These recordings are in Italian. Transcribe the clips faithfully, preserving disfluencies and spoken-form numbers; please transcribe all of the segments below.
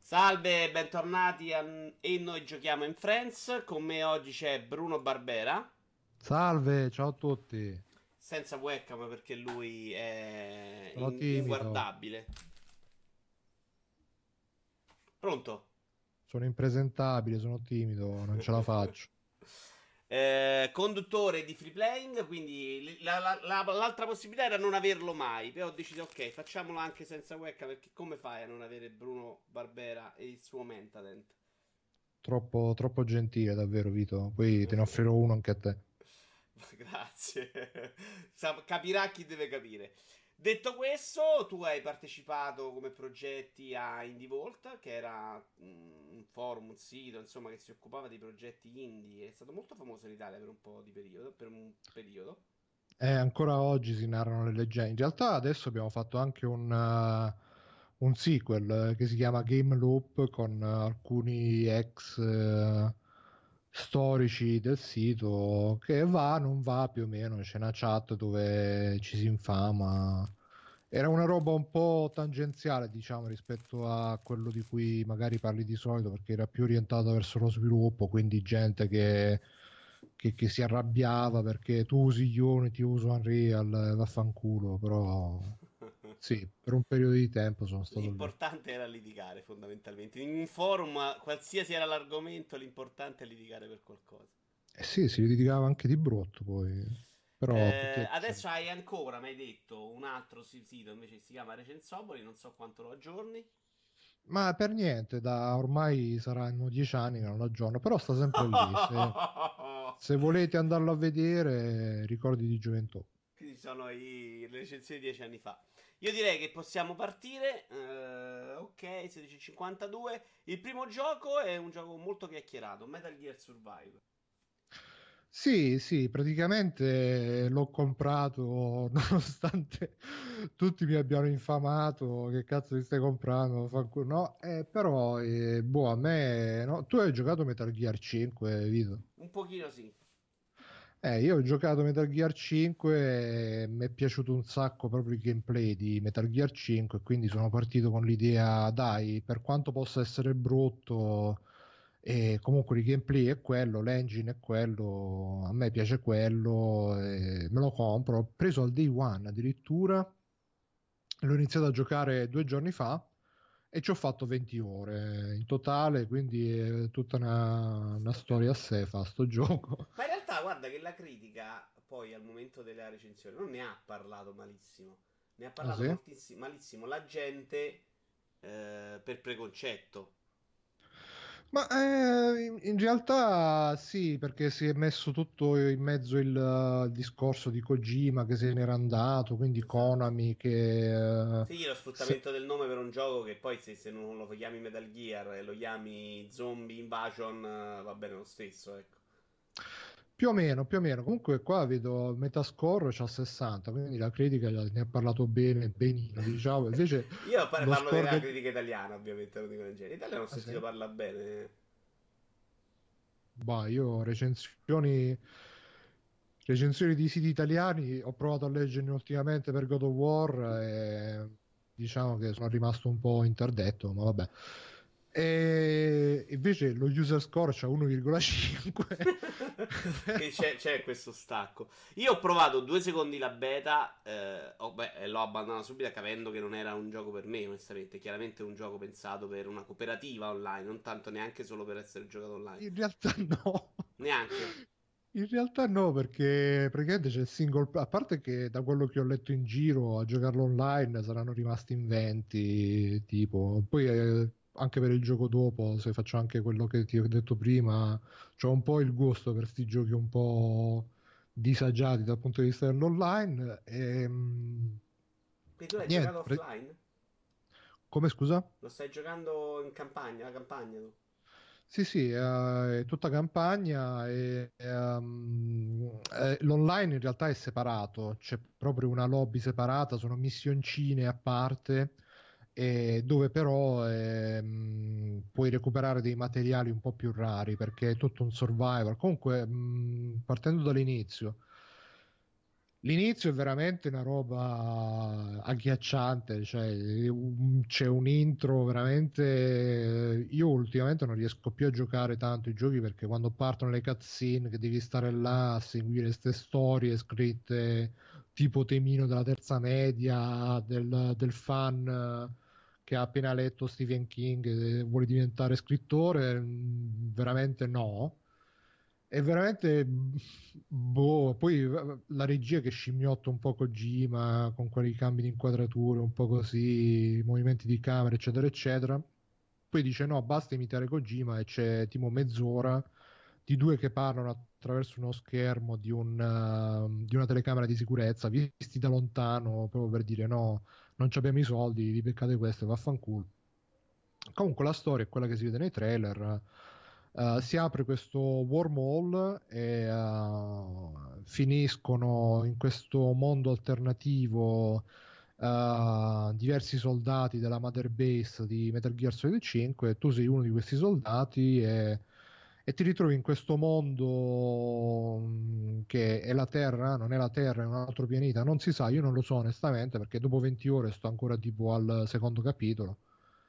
Salve, bentornati a... e noi giochiamo in Friends. Con me oggi c'è Bruno Barbera, Salve, ciao a tutti. senza webcam perché lui è Sono in- timido, inguardabile. Pronto? sono impresentabile, sono timido, non ce la faccio. Eh, conduttore di free playing, quindi la- la- la- l'altra possibilità era non averlo mai. Però ho deciso, ok, facciamolo anche senza webcam perché come fai a non avere Bruno Barbera e il suo Mentadent? Troppo, troppo gentile, davvero, Vito. Poi te ne offrirò uno anche a te. Grazie. Sa- Capirà chi deve capire. Detto questo, tu hai partecipato come progetti a IndieVault, che era mm, un forum, un sito, insomma, che si occupava di progetti indie. È stato molto famoso in Italia per un po' di periodo, per un periodo. E ancora oggi si narrano le leggende. In realtà adesso abbiamo fatto anche un, eh, un sequel eh, che si chiama Game Loop con eh, alcuni ex eh, storici del sito che va, non va più o meno. C'è una chat dove ci si infama. Era una roba un po' tangenziale, diciamo, rispetto a quello di cui magari parli di solito, perché era più orientato verso lo sviluppo, quindi gente che, che- che si arrabbiava perché tu usi Unity, io uso Unreal, eh, vaffanculo, però sì, per un periodo di tempo sono stato lì. L'importante era litigare, fondamentalmente. In un forum, qualsiasi era l'argomento, l'importante è litigare per qualcosa. Eh sì, si litigava anche di brutto poi, però tutti Eh, accenti. adesso hai ancora, mi hai detto, un altro si- sito invece che si chiama Recensopoli, non so quanto lo aggiorni. Ma per niente, da ormai saranno dieci anni che non lo aggiorno, però sta sempre lì. Se, se volete andarlo a vedere, ricordi di gioventù. Quindi sono i, le recensioni di dieci anni fa. Io direi che possiamo partire. Eh, ok, sedici e cinquantadue. Il primo gioco è un gioco molto chiacchierato, Metal Gear Survive. Sì, sì, praticamente l'ho comprato nonostante tutti mi abbiano infamato, che cazzo ti stai comprando? Fanculo. No, eh, però, eh, boh, a me... no. Tu hai giocato Metal Gear cinque, Vito? Un pochino sì. Eh, io ho giocato Metal Gear cinque e mi è piaciuto un sacco proprio il gameplay di Metal Gear cinque, quindi sono partito con l'idea, dai, per quanto possa essere brutto, e comunque il gameplay è quello, l'engine è quello, a me piace quello, e me lo compro. Ho preso al day one addirittura, l'ho iniziato a giocare due giorni fa e ci ho fatto venti ore in totale, quindi è tutta una, una storia a sé fa sto gioco. Ma in realtà, guarda che la critica, poi al momento della recensione, non ne ha parlato malissimo. Ne ha Ah parlato sì? moltissimo, malissimo la gente eh, per preconcetto. Ma eh, in, in realtà sì, perché si è messo tutto in mezzo il, eh, il discorso di Kojima che se n'era andato, quindi Esatto. Konami che... eh, Sì, lo se- sfruttamento del nome per un gioco che poi se, se non lo chiami Metal Gear e lo chiami Zombie Invasion eh, va bene lo stesso, ecco. più o meno, più o meno. Comunque qua vedo Metascore c'ha sessanta, quindi la critica già ne ha parlato bene, benino, diciamo. Invece Io pa- lo parlo score della del... critica italiana, ovviamente, non dico in genere. In Italia non ho Ah sì? sentito parla bene. Bah, io recensioni... Recensioni di siti italiani ho provato a leggerne ultimamente per God of War e diciamo che sono rimasto un po' interdetto, ma vabbè. E invece lo user score c'ha uno virgola cinque. Che c'è, c'è questo stacco. Io ho provato due secondi la beta, eh, oh, beh, e l'ho abbandonato subito capendo che non era un gioco per me, onestamente. Chiaramente è un gioco pensato per una cooperativa online, non tanto neanche solo per essere giocato online. In realtà no. Neanche. In realtà no, perché praticamente c'è il single, a parte che da quello che ho letto in giro a giocarlo online saranno rimasti in venti, tipo, poi eh, anche per il gioco dopo, se faccio anche quello che ti ho detto prima, c'ho un po' il gusto per questi giochi un po' disagiati dal punto di vista dell'online e mh, Quindi tu l'hai giocato niente, pre- offline? come scusa? Lo stai giocando in campagna, la campagna tu? Sì, sì, eh, è tutta campagna e ehm, eh, l'online in realtà è separato, c'è proprio una lobby separata, sono missioncine a parte e dove però ehm, puoi recuperare dei materiali un po' più rari perché è tutto un survival. Comunque, mh, partendo dall'inizio, L'inizio è veramente una roba agghiacciante, cioè un- c'è un intro veramente. Io ultimamente non riesco più a giocare tanto i giochi perché quando partono le cutscene che devi stare là a seguire queste storie scritte tipo temino della terza media, del, del fan eh, che ha appena letto Stephen King e vuole diventare scrittore, mm, veramente no. È veramente boh, poi eh, la regia che scimmiotta un po' Kojima con quei cambi di inquadrature, un po' così, movimenti di camera, eccetera, eccetera. Poi dice no, basta imitare Kojima e c'è tipo mezz'ora di due che parlano attraverso uno schermo di, un, uh, di una telecamera di sicurezza, visti da lontano, proprio per dire no, non ci abbiamo i soldi, vi peccate questo, vaffanculo. Comunque la storia è quella che si vede nei trailer. Uh, si apre questo wormhole e uh, finiscono in questo mondo alternativo uh, diversi soldati della Mother Base di Metal Gear Solid cinque e tu sei uno di questi soldati e, e ti ritrovi in questo mondo mh, che è la Terra, non è la Terra, è un altro pianeta, non si sa, io non lo so onestamente perché dopo venti ore sto ancora tipo al secondo capitolo.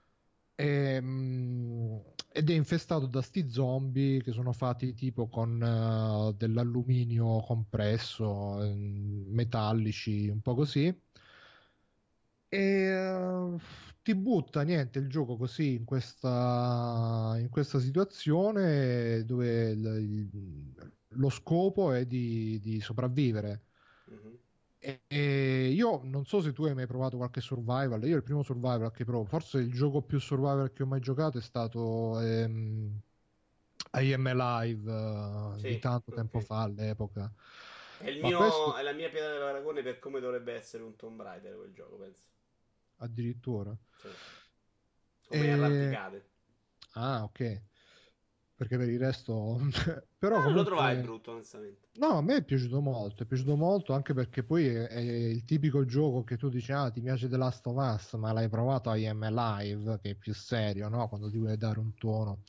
Ehm, ed è infestato da sti zombie che sono fatti tipo con eh, dell'alluminio compresso, ehm, metallici, un po' così. E eh, ti butta niente il gioco così in questa, in questa situazione dove il- il- lo scopo è di, di sopravvivere. Mhm. E, e io non so se tu hai mai provato qualche survival. Io il primo survival che provo, forse il gioco più survival che ho mai giocato è stato ehm, I Am Alive eh, di Sì, tanto tempo ok. fa all'epoca. È il Ma mio, questo è la mia pietra di paragone per come dovrebbe essere un Tomb Raider quel gioco, penso. addirittura. Sì. Come E... arrampicate. Ah, ok. Perché per il resto, però Ah, non lo trovai comunque, brutto, onestamente. no, a me è piaciuto molto, è piaciuto molto anche perché poi è, è il tipico gioco che tu dici, ah, ti piace The Last of Us, ma l'hai provato a I Am Live, che è più serio, no? Quando ti vuoi dare un tono.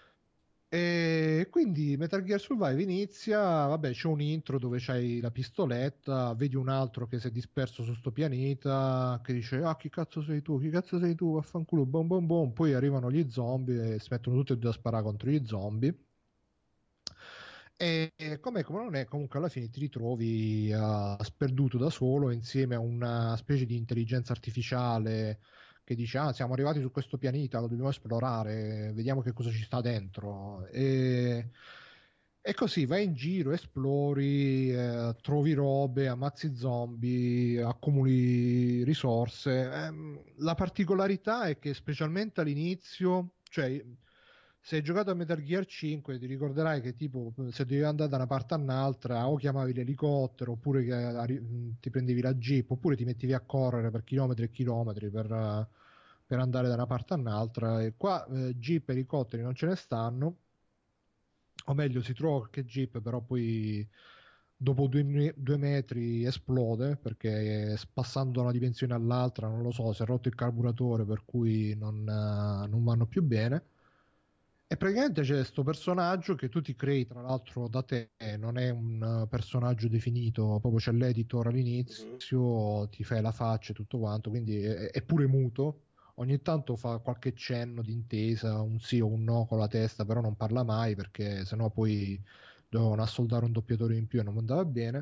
E quindi Metal Gear Survive inizia, vabbè, c'è un intro dove c'hai la pistoletta, vedi un altro che si è disperso su sto pianeta, che dice, ah, chi cazzo sei tu? Chi cazzo sei tu? Vaffanculo, bom bom bom. Poi arrivano gli zombie e si mettono tutti e due a sparare contro gli zombie. E come come non è, comunque alla fine ti ritrovi uh, sperduto da solo insieme a una specie di intelligenza artificiale che dice: Ah, siamo arrivati su questo pianeta, lo dobbiamo esplorare, vediamo che cosa ci sta dentro. E, e così vai in giro, esplori, eh, trovi robe, ammazzi zombie, accumuli risorse. Ehm, la particolarità è che, specialmente all'inizio, cioè se hai giocato a Metal Gear cinque ti ricorderai che tipo se dovevi andare da una parte a un'altra o chiamavi l'elicottero oppure che arri- mh, ti prendevi la jeep oppure ti mettevi a correre per chilometri e chilometri per, eh, per andare da una parte a un'altra e qua eh, jeep e elicotteri non ce ne stanno, o meglio si trova qualche jeep però poi dopo due, me- due metri esplode perché eh, passando da una dimensione all'altra non lo so, si è rotto il carburatore per cui non, eh, non vanno più bene. E praticamente c'è questo personaggio che tu ti crei, tra l'altro da te, non è un eh, personaggio definito, proprio c'è l'editor Mhm. all'inizio, ti fai la faccia e tutto quanto, quindi è, è pure muto. Ogni tanto fa qualche cenno d'intesa, un sì o un no con la testa, però non parla mai perché sennò poi dovevano assoldare un doppiatore in più e non andava bene.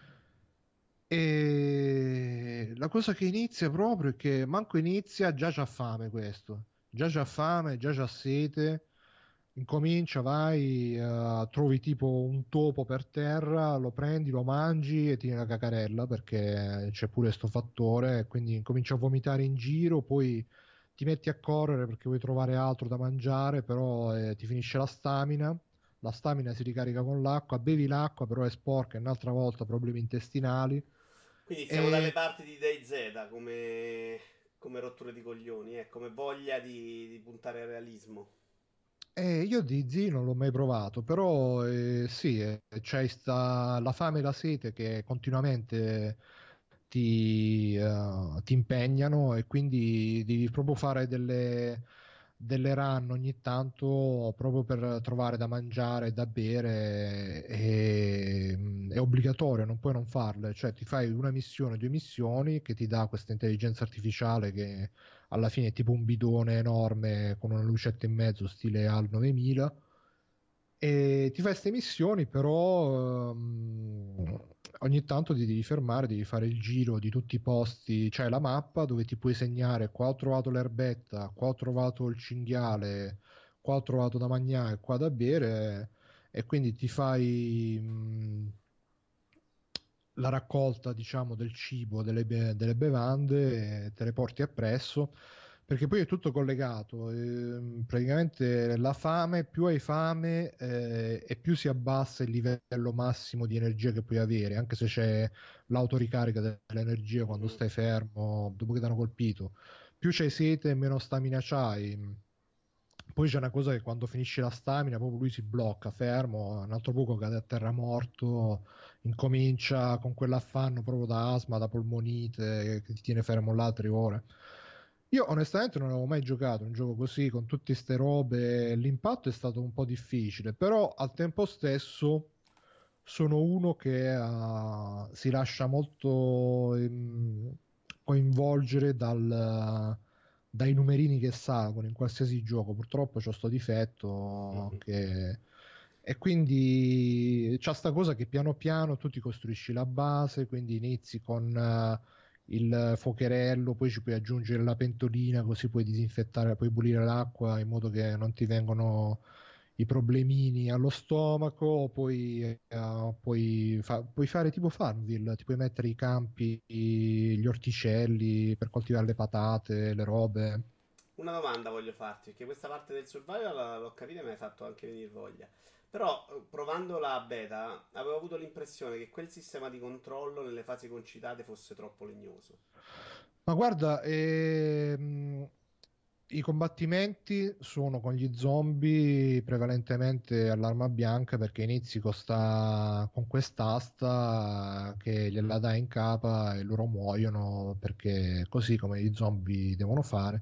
E la cosa che inizia proprio è che manco inizia, già c'ha fame questo, già c'ha fame, già c'ha sete, incomincia, vai, eh, trovi tipo un topo per terra, lo prendi, lo mangi e ti viene la cacarella perché c'è pure sto fattore, e quindi incomincia a vomitare in giro, poi ti metti a correre perché vuoi trovare altro da mangiare, però eh, ti finisce la stamina. La stamina si ricarica con l'acqua, bevi l'acqua, però è sporca, e un'altra volta problemi intestinali. Quindi siamo dalle E, parti di DayZ come, come rotture di coglioni, eh, come voglia di, di puntare al realismo. e io di Z non l'ho mai provato, però eh, sì, eh, c'hai sta, la fame e la sete che continuamente ti, eh, ti impegnano e quindi devi proprio fare delle, delle run ogni tanto proprio per trovare da mangiare e da bere, e, mm, è obbligatorio, non puoi non farle, cioè ti fai una missione, due missioni che ti dà questa intelligenza artificiale che alla fine è tipo un bidone enorme con una lucetta in mezzo stile H A L novemila, e ti fai queste missioni, però ehm, ogni tanto ti devi fermare, devi fare il giro di tutti i posti. C'è la mappa dove ti puoi segnare: qua ho trovato l'erbetta, qua ho trovato il cinghiale, qua ho trovato da mangiare, qua da bere, e quindi ti fai mh, la raccolta, diciamo, del cibo, delle, be- delle bevande, e te le porti appresso, perché poi è tutto collegato. Ehm, praticamente la fame, più hai fame, eh, e più si abbassa il livello massimo di energia che puoi avere, anche se c'è l'autoricarica dell'energia quando Mhm. stai fermo dopo che ti hanno colpito. Più c'hai sete, meno stamina c'hai. Poi c'è una cosa che quando finisce la stamina, proprio lui si blocca, fermo, un altro poco cade a terra morto, incomincia con quell'affanno proprio da asma, da polmonite, che ti tiene fermo là tre ore. Io onestamente non avevo mai giocato un gioco così, con tutte ste robe, l'impatto è stato un po' difficile, però al tempo stesso sono uno che uh, si lascia molto ehm, coinvolgere dal, dai numerini che salgono in qualsiasi gioco. Purtroppo c'ho sto difetto Mhm. che... E quindi c'è sta cosa che piano piano tu ti costruisci la base, quindi inizi con eh, il fuocherello, poi ci puoi aggiungere la pentolina, così puoi disinfettare, puoi pulire l'acqua in modo che non ti vengono i problemini allo stomaco. Poi eh, puoi, fa- puoi fare tipo Farmville, ti puoi mettere i campi, gli orticelli per coltivare le patate, le robe. Una domanda voglio farti, perché questa parte del survival l'ho capita e mi hai fatto anche venire voglia. Però, eh, provando la beta, avevo avuto l'impressione che quel sistema di controllo nelle fasi concitate fosse troppo legnoso. Ma guarda, ehm, i combattimenti sono con gli zombie prevalentemente all'arma bianca, perché inizi con, sta, con quest'asta che gliela dai in capa e loro muoiono, perché così come gli zombie devono fare.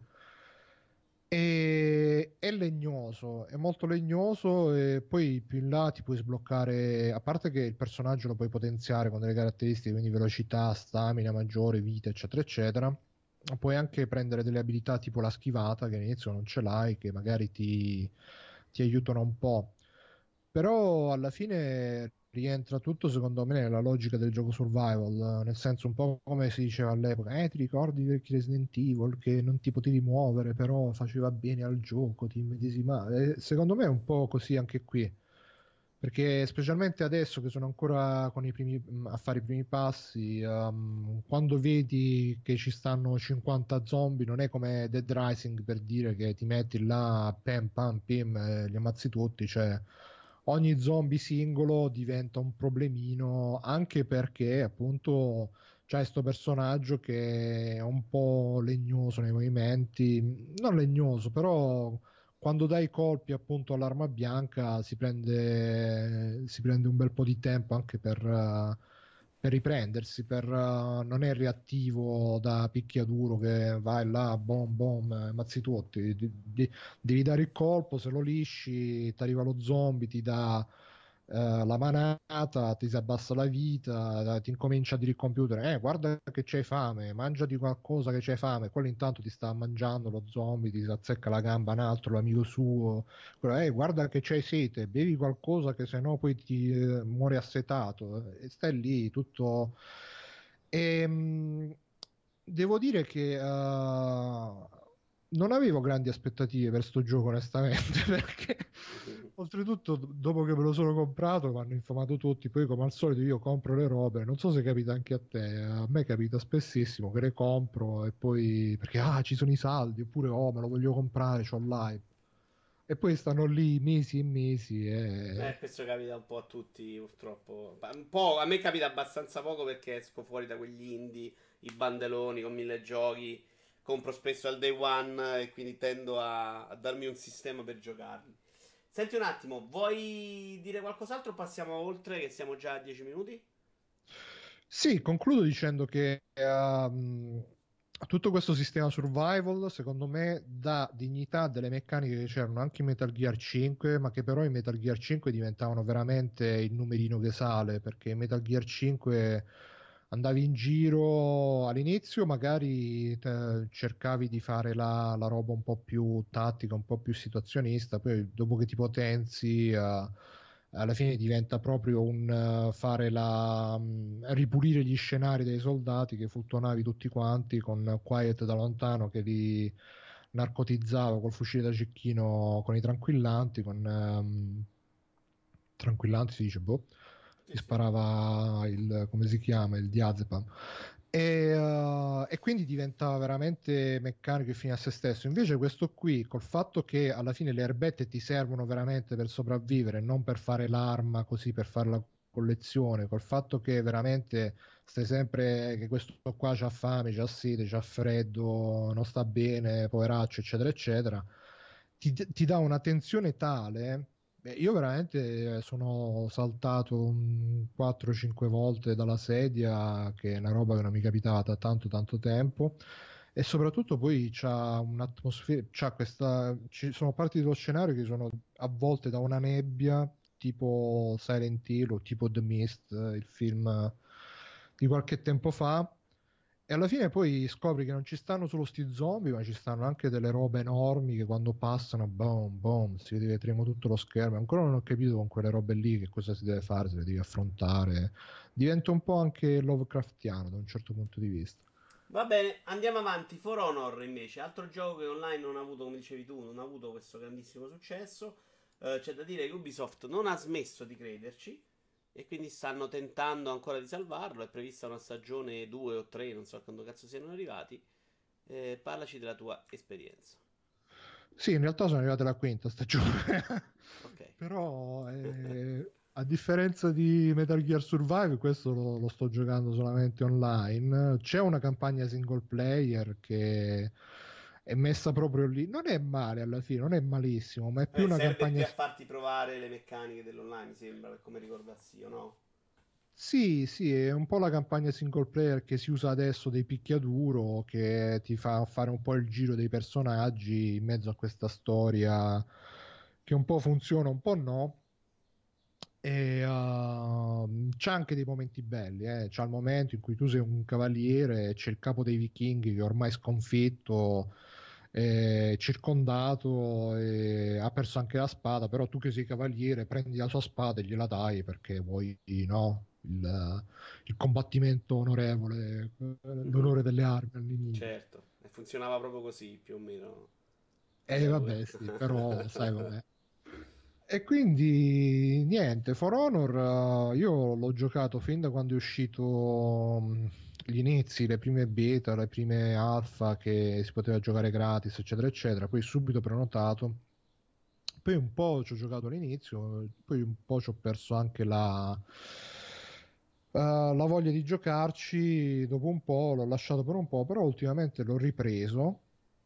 E è legnoso, è molto legnoso, e poi più in là ti puoi sbloccare, a parte che il personaggio lo puoi potenziare con delle caratteristiche, quindi velocità, stamina maggiore, vita, eccetera, eccetera. Puoi anche prendere delle abilità tipo la schivata, che all'inizio non ce l'hai, che magari ti, ti aiutano un po'. Però alla fine rientra tutto, secondo me, nella logica del gioco survival, nel senso un po' come si diceva all'epoca: eh, ti ricordi di vecchi Resident Evil che non ti potevi muovere, però faceva bene al gioco, ti immedesimavi. E secondo me è un po' così anche qui, perché specialmente adesso che sono ancora con i primi, a fare i primi passi, ehm, quando vedi che ci stanno cinquanta zombie, non è come Dead Rising, per dire, che ti metti là, pam pam pim, e li ammazzi tutti. Cioè ogni zombie singolo diventa un problemino, anche perché appunto c'è questo personaggio che è un po' legnoso nei movimenti, non legnoso, però quando dai colpi appunto all'arma bianca si prende, si prende un bel po' di tempo anche per, eh, per riprendersi, per, eh, non è reattivo da picchiaduro che vai là, bom bom, eh, mazzi tutti. Di- di- devi dare il colpo, se lo lisci ti arriva lo zombie, ti dà eh, la manata, ti si abbassa la vita, ti incomincia a dire il computer: eh, guarda che c'hai fame, mangiati qualcosa che c'hai fame. Quello intanto ti sta mangiando lo zombie, ti si azzecca la gamba un altro, l'amico suo. Quello, eh, guarda che c'hai sete, bevi qualcosa che sennò poi ti eh, muori assetato. E stai lì tutto. Ehm, Devo dire che eh, non avevo grandi aspettative per sto gioco, onestamente, perché oltretutto d- dopo che me lo sono comprato mi hanno infamato tutti. Poi come al solito io compro le robe, non so se capita anche a te, a me capita spessissimo che le compro e poi perché ah, ci sono i saldi, oppure oh, me lo voglio comprare, c'ho l'hype, e poi stanno lì mesi e mesi Eh, e... questo capita un po' a tutti, purtroppo. Ma un po', a me capita abbastanza poco perché esco fuori da quegli indie, i bandeloni con mille giochi. Compro spesso al day one e quindi tendo a, a darmi un sistema per giocarli. Senti un attimo, vuoi dire qualcos'altro? Passiamo oltre, che siamo già a dieci minuti. Sì, concludo dicendo che ehm, tutto questo sistema survival, secondo me, dà dignità a delle meccaniche che c'erano anche in Metal Gear cinque, ma che però in Metal Gear cinque diventavano veramente il numerino che sale, perché in Metal Gear cinque andavi in giro all'inizio, magari eh, cercavi di fare la, la roba un po' più tattica, un po' più situazionista, poi dopo che ti potenzi, eh, alla fine diventa proprio un eh, fare la mh, ripulire gli scenari dei soldati che fluttuavi tutti quanti con Quiet da lontano che li narcotizzava col fucile da cecchino con i tranquillanti, con ehm, tranquillanti si dice, boh, Sì, ti sì. sparava il, come si chiama, il diazepam. E, eh, e quindi diventava veramente meccanico e fine a se stesso. Invece questo qui, col fatto che alla fine le erbette ti servono veramente per sopravvivere, non per fare l'arma così, per fare la collezione, col fatto che veramente stai sempre che questo qua c'ha fame, c'ha sete, c'ha freddo, non sta bene, poveraccio, eccetera, eccetera, ti, ti dà una tensione tale. Beh, io veramente sono saltato un quattro cinque volte dalla sedia, che è una roba che non mi capitava da tanto tanto tempo. E soprattutto poi c'ha un'atmosfera, c'ha questa, ci sono parti dello scenario che sono avvolte da una nebbia tipo Silent Hill o tipo The Mist, il film di qualche tempo fa. E alla fine poi scopri che non ci stanno solo sti zombie, ma ci stanno anche delle robe enormi che quando passano, boom, boom, si vede che tremo tutto lo schermo. Ancora non ho capito con quelle robe lì che cosa si deve fare, se le devi affrontare. Diventa un po' anche Lovecraftiano da un certo punto di vista. Va bene, andiamo avanti. For Honor invece, altro gioco che online non ha avuto, come dicevi tu, non ha avuto questo grandissimo successo. Eh, c'è da dire che Ubisoft non ha smesso di crederci e quindi stanno tentando ancora di salvarlo. È prevista una stagione due o tre, non so quando cazzo siano arrivati. Eh, parlaci della tua esperienza. Sì, in realtà sono arrivate alla quinta stagione, Ok. però eh, a differenza di Metal Gear Survive, questo lo, lo sto giocando solamente online. C'è una campagna single player che è messa proprio lì. Non è male alla fine, non è malissimo, ma è più Eh, una serve più campagna. a farti provare le meccaniche dell'online, mi sembra, per come ricordassi io, no? Sì, sì, è un po' la campagna single player che si usa adesso dei picchiaduro, che ti fa fare un po' il giro dei personaggi in mezzo a questa storia che un po' funziona, un po' no. E uh, c'è anche dei momenti belli, eh. C'è il momento in cui tu sei un cavaliere, c'è il capo dei vichinghi che ormai è sconfitto, è circondato, e ha perso anche la spada, però tu che sei cavaliere prendi la sua spada e gliela dai perché vuoi, no? Il, il combattimento onorevole, eh, Mhm. l'onore delle armi al nemico. Certo, e funzionava proprio così, più o meno. E All'epoca. vabbè, sì, però sai, vabbè. E quindi niente, For Honor eh, io l'ho giocato fin da quando è uscito mh, gli inizi, le prime beta, le prime alfa che si poteva giocare gratis, eccetera, eccetera. Poi subito prenotato. Poi un po' ci ho giocato all'inizio, poi un po' ci ho perso anche la, eh, la voglia di giocarci. Dopo un po' l'ho lasciato per un po', però ultimamente l'ho ripreso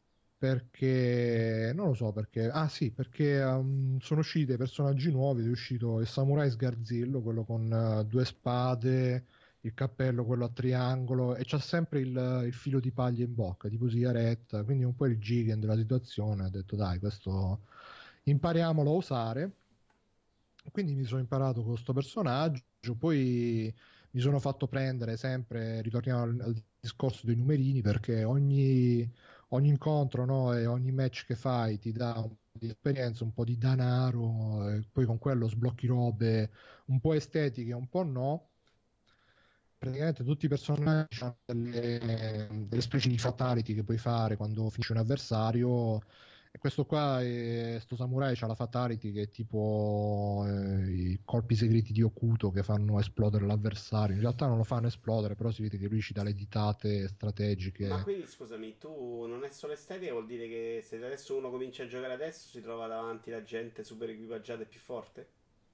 perché non lo so perché. Ah sì, perché um, sono usciti dei personaggi nuovi. È uscito il samurai sgarzillo, quello con uh, due spade, il cappello quello a triangolo, e c'ha sempre il, il filo di paglia in bocca tipo sigaretta, quindi un po' il Jigen della situazione. Ho detto dai, questo impariamolo a usare. Quindi mi sono imparato con questo personaggio, poi mi sono fatto prendere sempre, ritorniamo al, al discorso dei numerini, perché ogni, ogni incontro, no, e ogni match che fai ti dà un po' di esperienza, un po' di denaro, e poi con quello sblocchi robe un po' estetiche, un po' no. Praticamente tutti i personaggi hanno delle, delle specie di fatality che puoi fare quando finisce un avversario. E questo qua, è, sto samurai, c'ha la fatality che è tipo eh, i colpi segreti di Okuto che fanno esplodere l'avversario. In realtà non lo fanno esplodere, però si vede che lui ci dà le ditate Ma strategiche. quindi scusami, tu non è solo estetica, vuol dire che se adesso uno comincia a giocare adesso si trova davanti la gente super equipaggiata e più forte?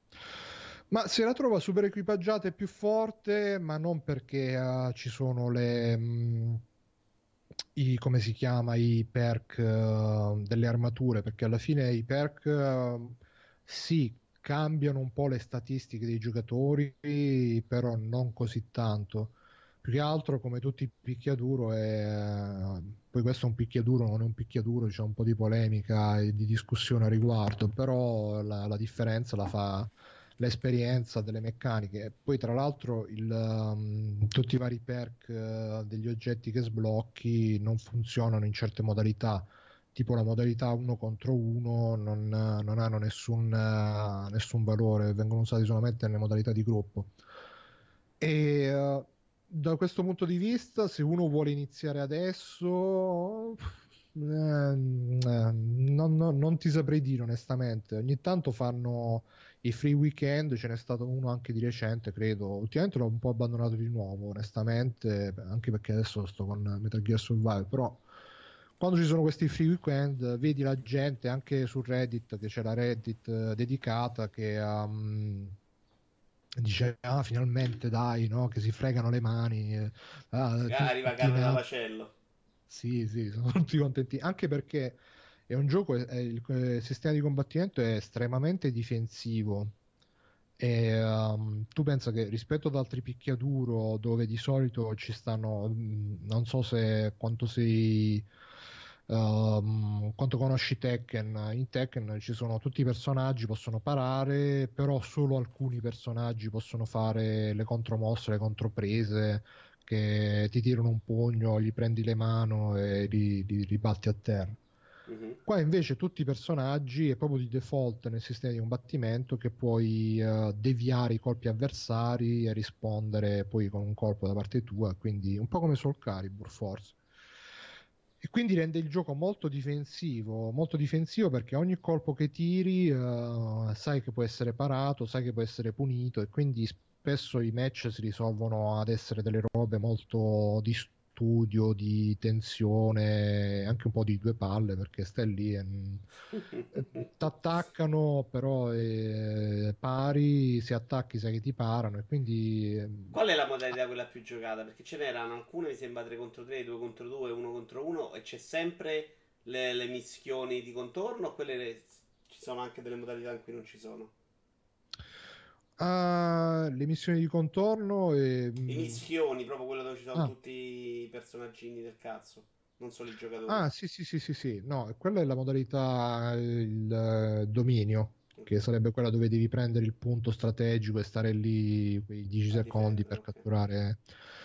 Ma se la trova super equipaggiata e più forte, ma non perché eh, ci sono le, mh, i, come si chiama, i perk eh, delle armature, perché alla fine i perk eh, sì, cambiano un po' le statistiche dei giocatori, però non così tanto. più che altro come tutti i picchiaduro è... poi questo è un picchiaduro, non è un picchiaduro, c'è un po' di polemica e di discussione a riguardo, però la, la differenza la fa l'esperienza delle meccaniche. E poi tra l'altro il, um, tutti i vari perk uh, degli oggetti che sblocchi non funzionano in certe modalità, tipo la modalità uno contro uno non, non hanno nessun, uh, nessun valore, vengono usati solamente nelle modalità di gruppo. E uh, da questo punto di vista, se uno vuole iniziare adesso, eh, non, non- non ti saprei dire onestamente. Ogni tanto fanno i free weekend, ce n'è stato uno anche di recente, credo. Ultimamente l'ho un po' abbandonato di nuovo, onestamente, anche perché adesso sto con Metal Gear Survive, però quando ci sono questi free weekend, vedi la gente anche su Reddit, che c'è la Reddit eh, dedicata che um, dice ah finalmente dai no che si fregano le mani eh, ah, Ah, arriva tutti carne ne da ha- macello. sì sì sono tutti contenti anche perché è un gioco è- è il, il sistema di combattimento è estremamente difensivo e um, tu pensa che rispetto ad altri picchiaduro dove di solito ci stanno mh, non so se quanto sei um, quanto conosci Tekken, in Tekken ci sono tutti i personaggi possono parare però solo alcuni personaggi possono fare le contromosse, le controprese che ti tirano un pugno, gli prendi le mani e li, li ribatti a terra. Mhm. Qua invece tutti i personaggi è proprio di default nel sistema di combattimento che puoi eh, deviare i colpi avversari e rispondere poi con un colpo da parte tua, quindi un po' come Soul Calibur forse. E quindi rende il gioco molto difensivo, molto difensivo perché ogni colpo che tiri eh, sai che può essere parato, sai che può essere punito e quindi spesso i match si risolvono ad essere delle robe molto di studio, di tensione, anche un po' di due palle perché stai lì e ti attaccano, però eh, pari, se attacchi sai che ti parano e quindi ehm, Qual è la modalità quella più giocata? Perché ce n'erano alcune, mi sembra tre contro tre, due contro due, uno contro uno e c'è sempre le, le mischioni di contorno o quelle le- ci sono anche delle modalità in cui non ci sono? ha le missioni di contorno e I mh, mischioni, proprio quello dove ci sono ah, tutti i personaggini del cazzo, non solo i giocatori. ah, sì, sì, sì, sì, sì, no, quella è la modalità, eh, il eh, dominio, che Ok, sarebbe quella dove devi prendere il punto strategico e stare lì quei dieci a secondi difendere, per ok. catturare.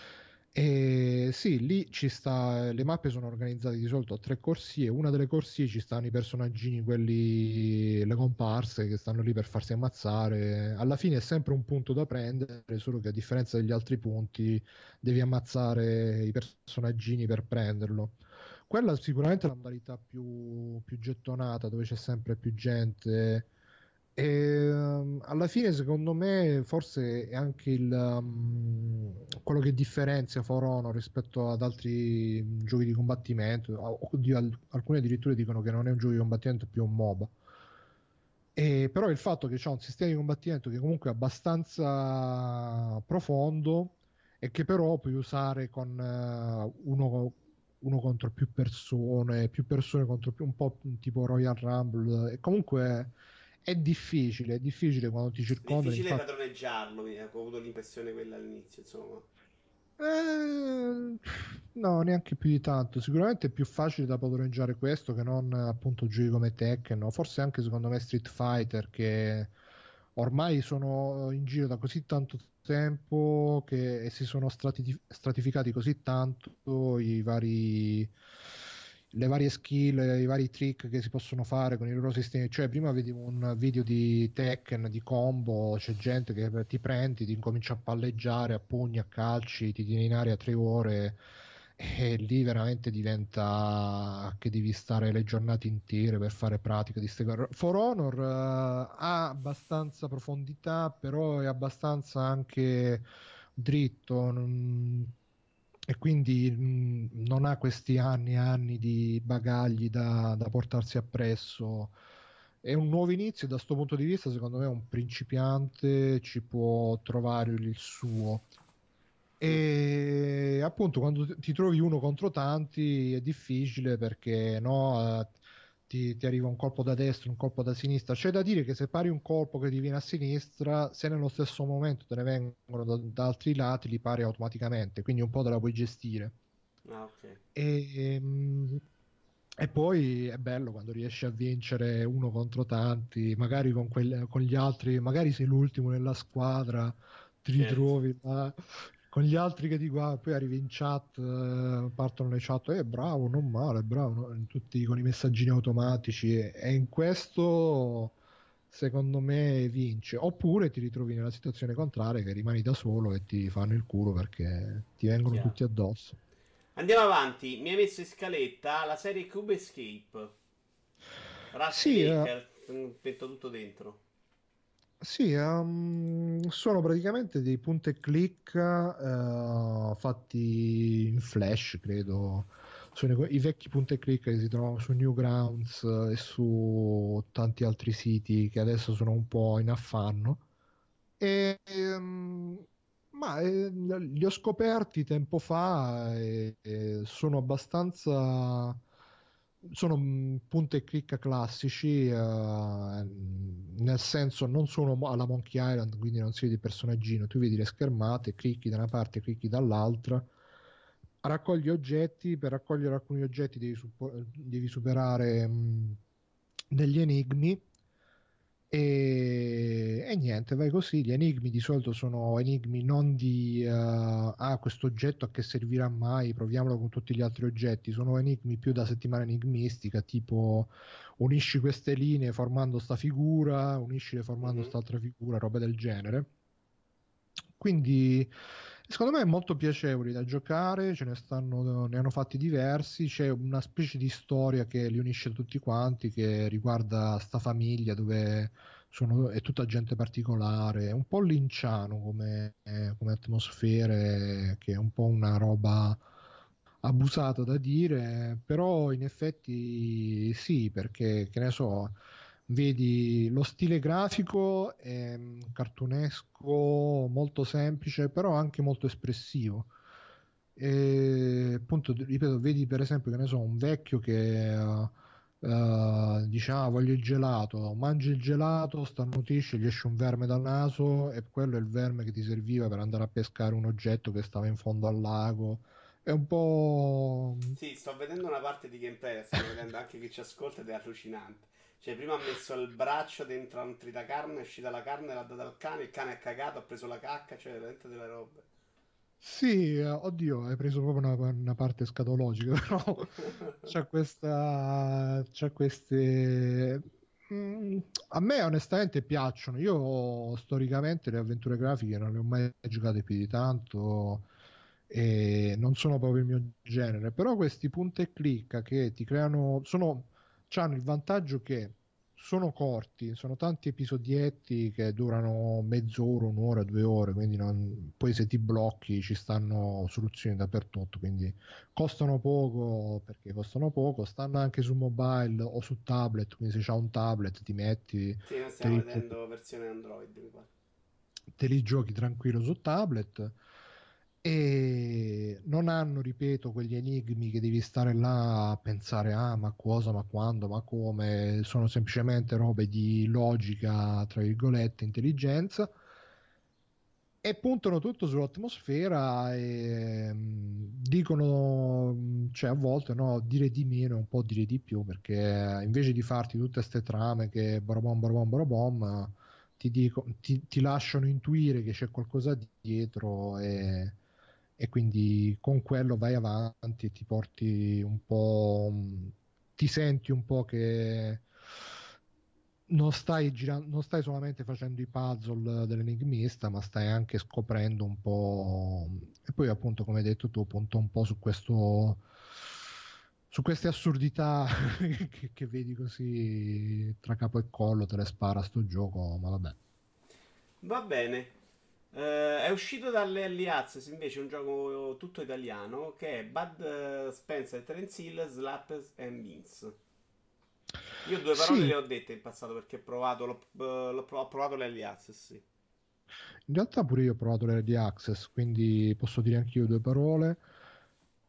E sì, lì ci sta, le mappe sono organizzate di solito a tre corsie, una delle corsie ci stanno i personaggini, quelli, le comparse che stanno lì per farsi ammazzare. Alla fine è sempre un punto da prendere, solo che a differenza degli altri punti devi ammazzare i personaggini per prenderlo. Quella sicuramente è la modalità più, più gettonata, dove c'è sempre più gente. E, ehm, alla fine, secondo me, forse è anche il, um, quello che differenzia For Honor rispetto ad altri mm, giochi di combattimento. O- Oddio, al- alcuni addirittura dicono che non è un gioco di combattimento, è più un MOBA. E però il fatto che c'è un sistema di combattimento che comunque è abbastanza profondo e che però puoi usare con eh, uno, uno contro più persone, più persone contro più, un po' tipo Royal Rumble. E comunque è difficile, è difficile quando ti circondano. Difficile Infatti, padroneggiarlo, mi- ho avuto l'impressione quella all'inizio, insomma. eh, no, neanche più di tanto. Sicuramente è più facile da padroneggiare questo che non appunto giochi come Tekken, no? Forse anche secondo me Street Fighter che ormai sono in giro da così tanto tempo che e si sono strati- stratificati così tanto i vari le varie skill, i vari trick che si possono fare con i loro sistemi. Cioè, prima vedevo un video di Tekken, di combo, c'è gente che ti prendi, ti incomincia a palleggiare a pugni, a calci, ti tiene in aria tre ore e lì veramente diventa che devi stare le giornate intere per fare pratica di ste cose. For Honor eh, ha abbastanza profondità, però è abbastanza anche dritto non- e quindi mh, non ha questi anni e anni di bagagli da, da portarsi appresso. È un nuovo inizio, e da questo punto di vista, secondo me, un principiante ci può trovare il suo. Mm. E appunto quando ti trovi uno contro tanti è difficile perché no, eh, ti, ti arriva un colpo da destra, un colpo da sinistra. C'è da dire che se pari un colpo che ti viene a sinistra, se nello stesso momento te ne vengono da, da altri lati, li pari automaticamente, quindi un po' te la puoi gestire. Ah, ok. E, ehm, e poi è bello quando riesci a vincere uno contro tanti, magari con, quel- con gli altri, magari sei l'ultimo nella squadra, ti Certo. ritrovi là, con gli altri che ti guardano, poi arrivi in chat, eh, partono le chat, eh bravo, non male, bravo, no? Tutti con i messaggini automatici e, e in questo secondo me vince. Oppure ti ritrovi nella situazione contraria che rimani da solo e ti fanno il culo perché ti vengono Chiaro. tutti addosso. Andiamo avanti. Mi hai messo in scaletta la serie Cube Escape. Rusty Sì, eh, Lake. mm, Metto tutto dentro. sì, ehm, sono praticamente dei punta e click eh, fatti in Flash, credo. Sono i i vecchi punta e click che si trovano su Newgrounds eh, e su tanti altri siti che adesso sono un po' in affanno. E, ehm, ma eh, li ho scoperti tempo fa e, e sono abbastanza sono mh, punta e clicca classici, eh, nel senso non sono mo- alla Monkey Island, quindi non si vede il personaggino, tu vedi le schermate, clicchi da una parte, clicchi dall'altra, raccogli oggetti, per raccogliere alcuni oggetti devi, suppo- devi superare mh, degli enigmi e, e niente, vai così. Gli enigmi di solito sono enigmi non di eh, ah, questo oggetto a che servirà mai, proviamolo con tutti gli altri oggetti. Sono enigmi più da settimana enigmistica, tipo unisci queste linee formando sta figura, uniscile formando Mhm. quest'altra figura, roba del genere. Quindi secondo me è molto piacevoli da giocare, ce ne stanno, ne hanno fatti diversi, c'è una specie di storia che li unisce tutti quanti, che riguarda sta famiglia dove sono, è tutta gente particolare, è un po' linciano come, eh, come atmosfere, che è un po' una roba abusata da dire, però in effetti sì, perché che ne so, vedi lo stile grafico è mm, cartunesco, molto semplice, però anche molto espressivo. E appunto, ripeto, vedi per esempio che ne so, un vecchio che eh, eh, dice ah voglio il gelato, mangi il gelato, starnutisce, gli esce un verme dal naso e quello è il verme che ti serviva per andare a pescare un oggetto che stava in fondo al lago. È un po'. Sì, sto vedendo una parte di gameplay, stanno vedendo anche chi ci ascolta ed è allucinante. Cioè, prima ha messo il braccio dentro a un tritacarne, è uscita la carne, l'ha data al cane, il cane ha cagato, ha preso la cacca, cioè veramente delle robe. Sì, eh, oddio, hai preso proprio una, una parte scatologica, però c'è questa, c'è queste. Mm, a me onestamente piacciono. Io storicamente le avventure grafiche non le ho mai giocate più di tanto e non sono proprio il mio genere, però questi punta e clicca che ti creano, sono, hanno il vantaggio che sono corti, sono tanti episodietti che durano mezz'ora, un'ora, due ore, quindi non- poi se ti blocchi ci stanno soluzioni dappertutto, quindi costano poco perché costano poco, stanno anche su mobile o su tablet, quindi se c'hai un tablet ti metti, Sì, noi te stiamo li, giochi- vedendo versione Android, mi pare. te li giochi tranquillo su tablet e non hanno, ripeto, quegli enigmi che devi stare là a pensare, ah, ma cosa, ma quando, ma come, sono semplicemente robe di logica, tra virgolette, intelligenza, e puntano tutto sull'atmosfera e mh, dicono, mh, cioè a volte no, dire di meno è un po' dire di più, perché invece di farti tutte queste trame che barabom, barabom, barabom, ti, dico, ti, ti lasciano intuire che c'è qualcosa dietro e e quindi con quello vai avanti e ti porti un po', mh, ti senti un po' che non stai girando, non stai solamente facendo i puzzle dell'enigmista, ma stai anche scoprendo un po'. E poi, appunto, come hai detto tu, punto un po' su questo. Su queste assurdità che, che vedi così tra capo e collo, te le spara sto gioco, ma vabbè. Va bene. Eh, è uscito dalle Early Access invece un gioco tutto italiano che è Bud eh, Spencer e Terence Hill, Slappers and Beans. Io due parole Sì, le ho dette in passato perché ho provato, l'ho, eh, l'ho prov- ho provato l'Early Access, sì. in realtà pure io ho provato l'Early Access, quindi posso dire anch'io due parole.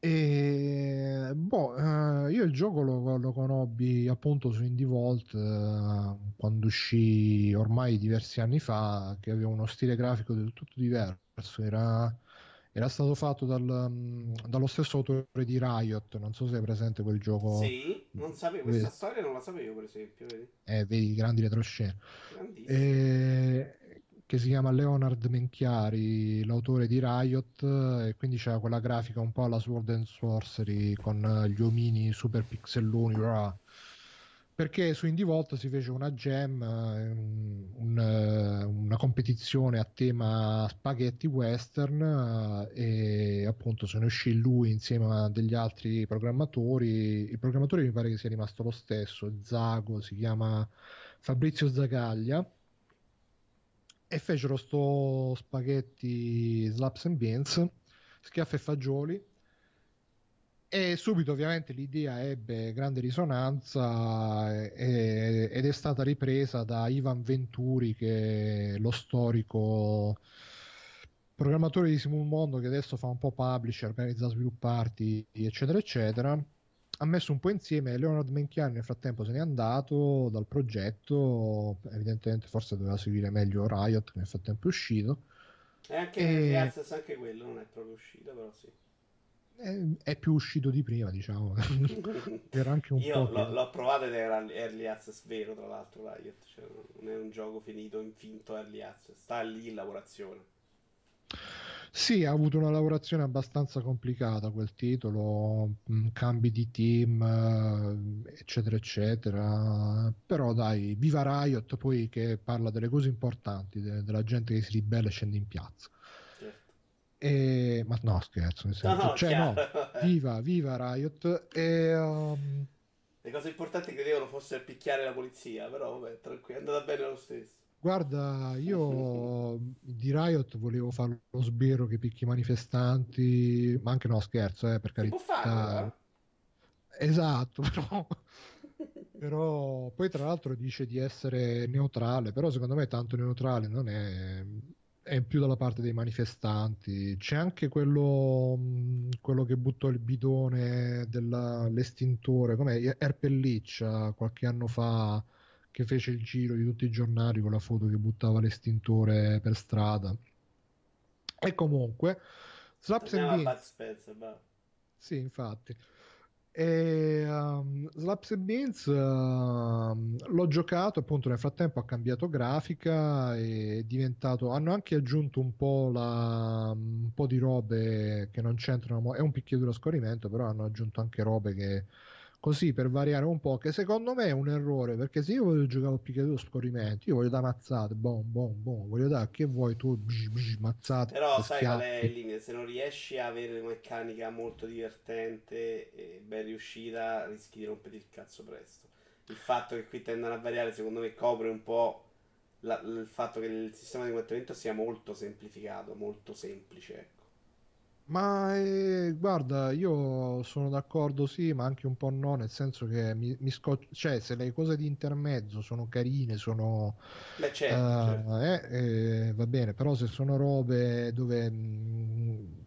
E boh, eh, io il gioco lo, lo conobbi appunto su Indie Vault eh, quando uscì ormai diversi anni fa, che aveva uno stile grafico del tutto diverso. Era, era stato fatto dal, mm, dallo stesso autore di Riot, non so se è presente quel gioco, Sì, non sapevo, questa ve- storia non la sapevo, per esempio, vedi? eh, vedi i grandi retroscena, Grandissimo. eh, che si chiama Leonard Menchiari, l'autore di Riot, e quindi c'era quella grafica un po' alla Sword and Sorcery con eh, gli omini super pixelloni. Bla. Perché su Indie Vault si fece una jam, eh, un- eh, una competizione a tema spaghetti western, eh, e appunto se ne uscì lui insieme a degli altri programmatori. Il programmatore mi pare che sia rimasto lo stesso, Zago, si chiama Fabrizio Zagaglia, e fecero sto spaghetti slaps and beans, schiaffi e fagioli, e subito ovviamente l'idea ebbe grande risonanza e- e- ed è stata ripresa da Ivan Venturi, che è lo storico programmatore di Simul Mondo, che adesso fa un po' publisher, organizza svilupp party, eccetera, eccetera. Ha messo un po' insieme. Leonard Menchiani nel frattempo se n'è andato dal progetto, evidentemente forse doveva seguire meglio Riot, che nel frattempo è uscito. E anche Early E Access, anche quello non è proprio uscito, però sì. è, è più uscito di prima, diciamo. Era anche un Io po' l'ho, che l'ho provato ed era Early Access vero, tra l'altro, Riot. Cioè, non è un gioco finito in finto Early Access. Sta lì in lavorazione. sì, ha avuto una lavorazione abbastanza complicata quel titolo, mh, cambi di team, eh, eccetera, eccetera. Però dai, viva Riot, poi che parla delle cose importanti, de- della gente che si ribella e scende in piazza. Certo. E... Ma no, scherzo, nel No, senso, no, cioè no, chiaro. viva, viva Riot. E, um, Le cose importanti credevano fosse picchiare la polizia, però vabbè, tranquillo, è andata bene lo stesso. guarda, io di Riot volevo fare lo sbirro che picchi i manifestanti, ma anche no, scherzo, eh, per Si può fare però, carità. eh? Esatto, però, però poi tra l'altro dice di essere neutrale, però secondo me tanto neutrale non è, è più dalla parte dei manifestanti. C'è anche quello, mh, quello che buttò il bidone dell'estintore, come Erpelliccia qualche anno fa, che fece il giro di tutti i giornali con la foto che buttava l'estintore per strada. E comunque, Slaps and Torniamo a Bud Beans, Spencer, va. sì, infatti. E, um, Slaps and Beans um, l'ho giocato, appunto nel frattempo ha cambiato grafica, e è diventato, hanno anche aggiunto un po', la, un po' di robe che non c'entrano, mo- è un picchiaduro a scorrimento, però hanno aggiunto anche robe che così per variare un po', che secondo me è un errore, perché se io voglio giocare a picchiaduro a scorrimento, io voglio da mazzate, boom boom boom, voglio da che vuoi tu, bsh, bsh, mazzate, Però sai qual è il schiaffi. limite? Se non riesci a avere una meccanica molto divertente e ben riuscita, rischi di rompere il cazzo presto. Il fatto che qui tendano a variare, secondo me, copre un po' la- il fatto che il sistema di combattimento sia molto semplificato, molto semplice, ecco. Ma eh, guarda, io sono d'accordo, sì, ma anche un po' no, nel senso che mi, mi scoccio, cioè se le cose di intermezzo sono carine, sono Beh, certo, certo. eh, eh, eh, va bene, però se sono robe dove mh,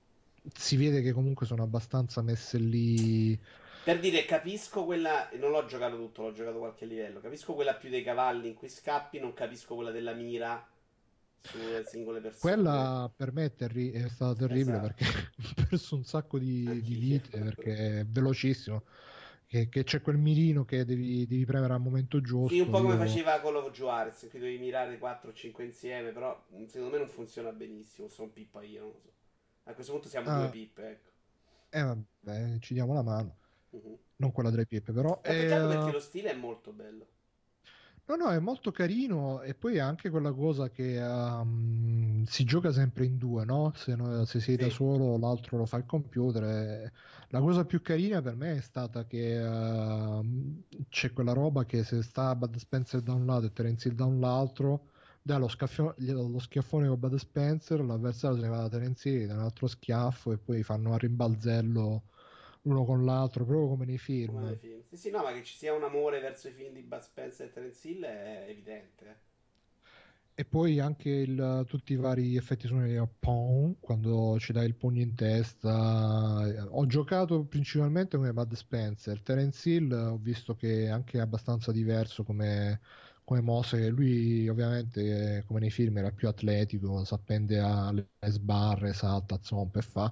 si vede che comunque sono abbastanza messe lì. Per dire, capisco quella. Non l'ho giocato tutto, l'ho giocato qualche livello. Capisco quella più dei cavalli in cui scappi, non capisco quella della mira sulle singole persone. Quella per me è, terri- è stata terribile Esatto, perché ho perso un sacco di, di anch'io. vite, perché è velocissimo, che, che c'è quel mirino che devi, devi premere al momento Sì, un giusto. po' come Io faceva Call of Juarez, in cui dovevi mirare quattro o cinque insieme, però mm, secondo me non funziona benissimo. Sono pippa io, non lo so. A questo punto siamo due ah, pippe, ecco. eh, vabbè, ci diamo la mano, Mhm. non quella delle piepe, però. Ma E, peccato perché uh, lo stile è molto bello. no, no, è molto carino, e poi anche quella cosa che um, si gioca sempre in due, no? Se, no- se sei da Sì, solo, l'altro lo fa il computer. e- La cosa più carina per me è stata che uh, c'è quella roba che se sta Bud Spencer da un lato e Terence Hill da un l'altro, dà lo, scaffio- gli dà lo schiaffone con Bud Spencer, l'avversario se ne va da Terence Hill, dà un altro schiaffo e poi fanno a rimbalzello l'uno con l'altro, proprio come nei come nei film. film. Sì, sì, no, ma che ci sia un amore verso i film di Bud Spencer e Terence Hill è evidente. Eh. E poi anche il- tutti i vari effetti sonori a pong, quando ci dai il pugno in testa. Eh, Ho giocato principalmente come Bud Spencer. Terence Hill eh, ho visto che è anche abbastanza diverso come, come mosse, che lui ovviamente, eh, come nei film, era più atletico, si appende alle sbarre, salta, zompa e fa.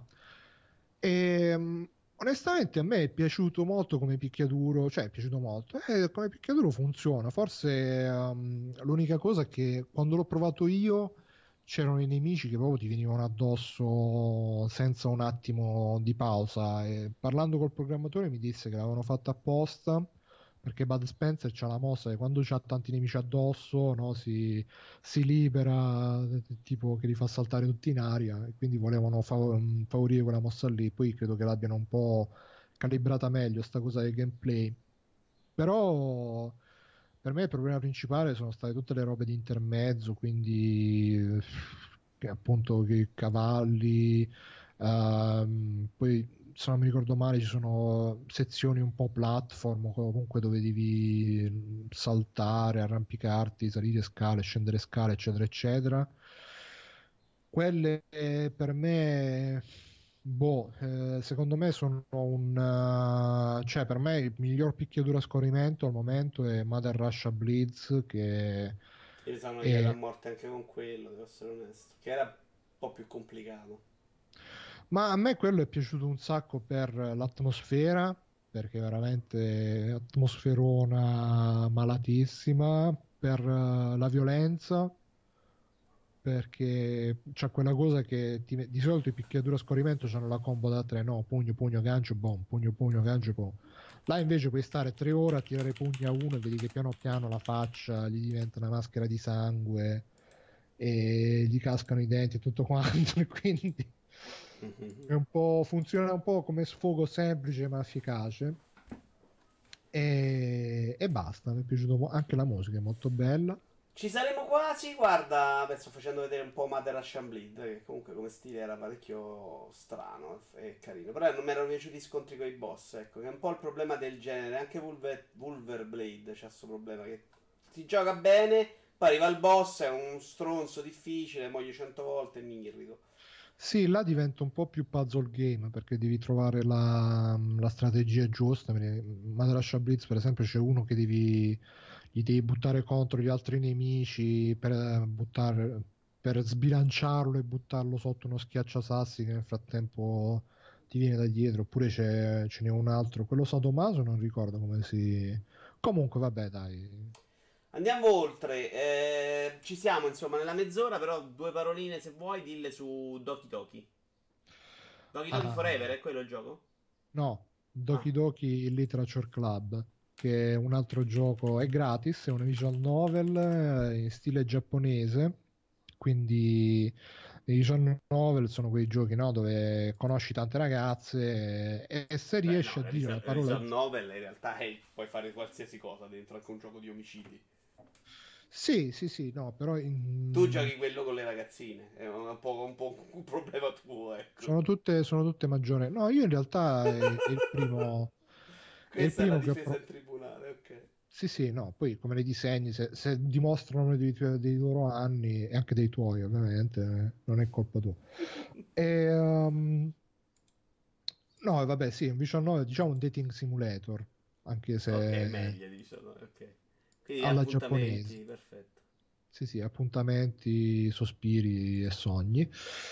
E, mh, onestamente a me è piaciuto molto come picchiaduro, cioè è piaciuto molto, e come picchiaduro funziona. Forse ehm, l'unica cosa è che quando l'ho provato io c'erano i nemici che proprio ti venivano addosso senza un attimo di pausa, e parlando col programmatore mi disse che l'avevano fatto apposta perché Bud Spencer c'ha la mossa che quando c'ha tanti nemici addosso, no, si, si libera, eh, tipo che li fa saltare tutti in aria, e quindi volevano fa- favorire quella mossa lì. Poi credo che l'abbiano un po' calibrata meglio sta cosa del gameplay. Però per me il problema principale sono state tutte le robe di intermezzo, quindi eh, che appunto che cavalli, ehm, poi se non mi ricordo male ci sono sezioni un po' platform o comunque dove devi mm, saltare, arrampicarti, salire scale, scendere scale, eccetera, eccetera. Quelle eh, per me, boh, eh, secondo me sono un... eh, cioè per me il miglior picchiaduro a scorrimento al momento è Mother Russia Blitz, che Io sono arrivato a è... morte anche con quello, devo essere onesto. Che era un po' più complicato. Ma a me quello è piaciuto un sacco per l'atmosfera, perché veramente atmosferona malatissima, per eh, la violenza, perché c'è quella cosa che ti- di solito i picchiaduro a scorrimento hanno la combo da tre, no? Pugno, pugno, gancio, boom, pugno, pugno, gancio, boom. Là invece puoi stare tre ore a tirare pugni a uno e vedi che piano piano la faccia gli diventa una maschera di sangue e gli cascano i denti e tutto quanto, e quindi è un po', funziona un po' come sfogo semplice ma efficace. E, e basta, mi è piaciuto mo- anche la musica, è molto bella. Ci saremo quasi, guarda, penso facendo vedere un po' Mother Russian Bleed, che comunque come stile era parecchio strano e carino. Però non mi erano piaciuti i scontri con i boss, ecco, che è un po' il problema del genere. Anche Wolver, Wolver Blade c'ha questo problema, che si gioca bene, poi arriva il boss, è un stronzo difficile, muoio cento volte e mi irrito. Sì, là diventa un po' più puzzle game perché devi trovare la, la strategia giusta. Madrascia Blitz, per esempio, c'è uno che devi, gli devi buttare contro gli altri nemici per, eh, buttare, per sbilanciarlo e buttarlo sotto uno schiacciasassi che nel frattempo ti viene da dietro. Oppure c'è, ce n'è un altro, quello Sadomaso, non ricordo come si... Comunque, vabbè, dai. Andiamo oltre, eh, ci siamo insomma nella mezz'ora, però due paroline se vuoi, dille su Doki Doki. Doki Doki Forever, Ah, è quello il gioco? no, Ah, Doki Doki Literature Club, che è un altro gioco, è gratis, è una visual novel eh, in stile giapponese, quindi i visual novel sono quei giochi, no, dove conosci tante ragazze e, e se beh no, riesci a la dire visual, la la parola... visual novel in realtà è, puoi fare qualsiasi cosa dentro, anche un gioco di omicidi. Sì, sì, sì, no, però Tu in- giochi quello con le ragazzine, è un po', un po' un problema tuo, ecco. sono tutte, sono tutte maggiori. No, io in realtà è, è il primo, è il Questa è la primo che ho difesa provato. in tribunale, ok. Sì, sì, no, poi come le disegni, se, se dimostrano dei, tuoi- dei loro anni e anche dei tuoi, ovviamente, eh, non è colpa tua. E, um, no, vabbè, sì, un diciannove, diciamo un dating simulator, anche Ok, se meglio di diciamo, ok. Quindi alla giapponese. appuntamenti, perfetto. Sì, sì, appuntamenti, sospiri e sogni.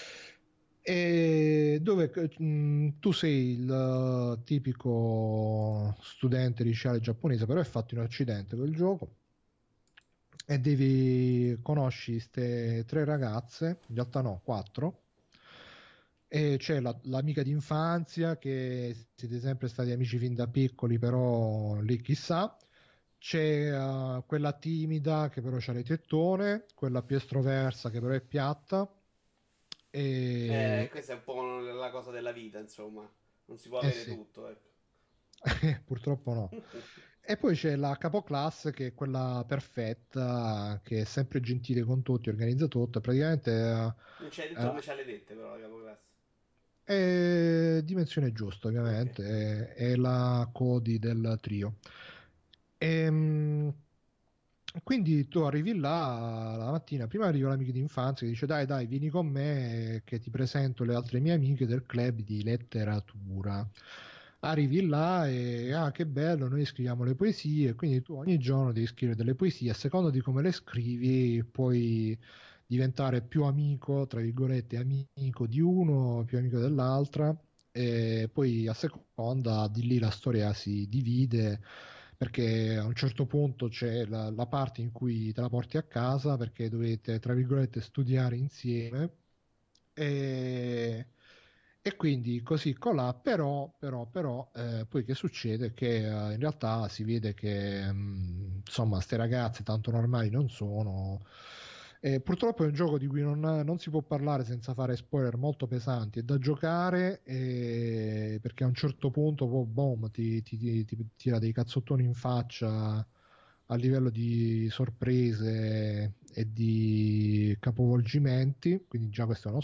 E dove mh, tu sei il eh, tipico studente liceale giapponese, però è fatto in Occidente quel gioco e devi conosci queste tre ragazze, in realtà no, quattro, e c'è la- l'amica d'infanzia che siete sempre stati amici fin da piccoli, però lì chissà. C'è eh, quella timida che però c'ha le tettone, quella più estroversa che però è piatta. Eh, E, questa è un po' la cosa della vita, insomma. Non si può eh avere sì, tutto, ecco. purtroppo no. E poi c'è la capoclasse che è quella perfetta, che è sempre gentile con tutti, organizza tutto. Praticamente eh, Non c'hai detto eh, come ce l'hai dette, però, la capoclasse. è dimensione giusta, Ok. ovviamente, è, è la Cody del trio. Ehm, Quindi tu arrivi là la mattina, prima arriva l'amico d'infanzia che dice dai dai vieni con me che ti presento le altre mie amiche del club di letteratura. Arrivi là e ah che bello, noi scriviamo le poesie, quindi tu ogni giorno devi scrivere delle poesie, a seconda di come le scrivi puoi diventare più amico, tra virgolette, amico di uno, più amico dell'altra e poi a seconda di lì la storia si divide perché a un certo punto c'è la, la parte in cui te la porti a casa perché dovete, tra virgolette, studiare insieme e, e quindi così colà, però, però, però eh, poi che succede? Che eh, in realtà si vede che mh, insomma, ste ragazze tanto normali non sono. E purtroppo è un gioco di cui non, non si può parlare senza fare spoiler molto pesanti. È da giocare e- perché a un certo punto poi, boom, ti, ti- ti- ti tira dei cazzottoni in faccia a livello di sorprese e di capovolgimenti. Quindi già questo è uno.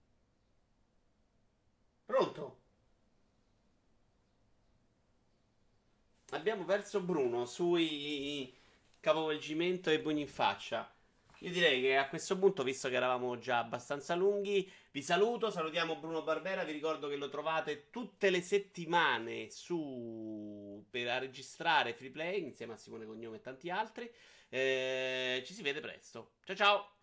Pronto? Abbiamo perso Bruno sui capovolgimento e pugni in faccia. Io direi che a questo punto, visto che eravamo già abbastanza lunghi, vi saluto. Salutiamo Bruno Barbera. Vi ricordo che lo trovate tutte le settimane su per a registrare Free Play insieme a Simone Cognome e tanti altri. Eh, ci si vede presto. Ciao ciao.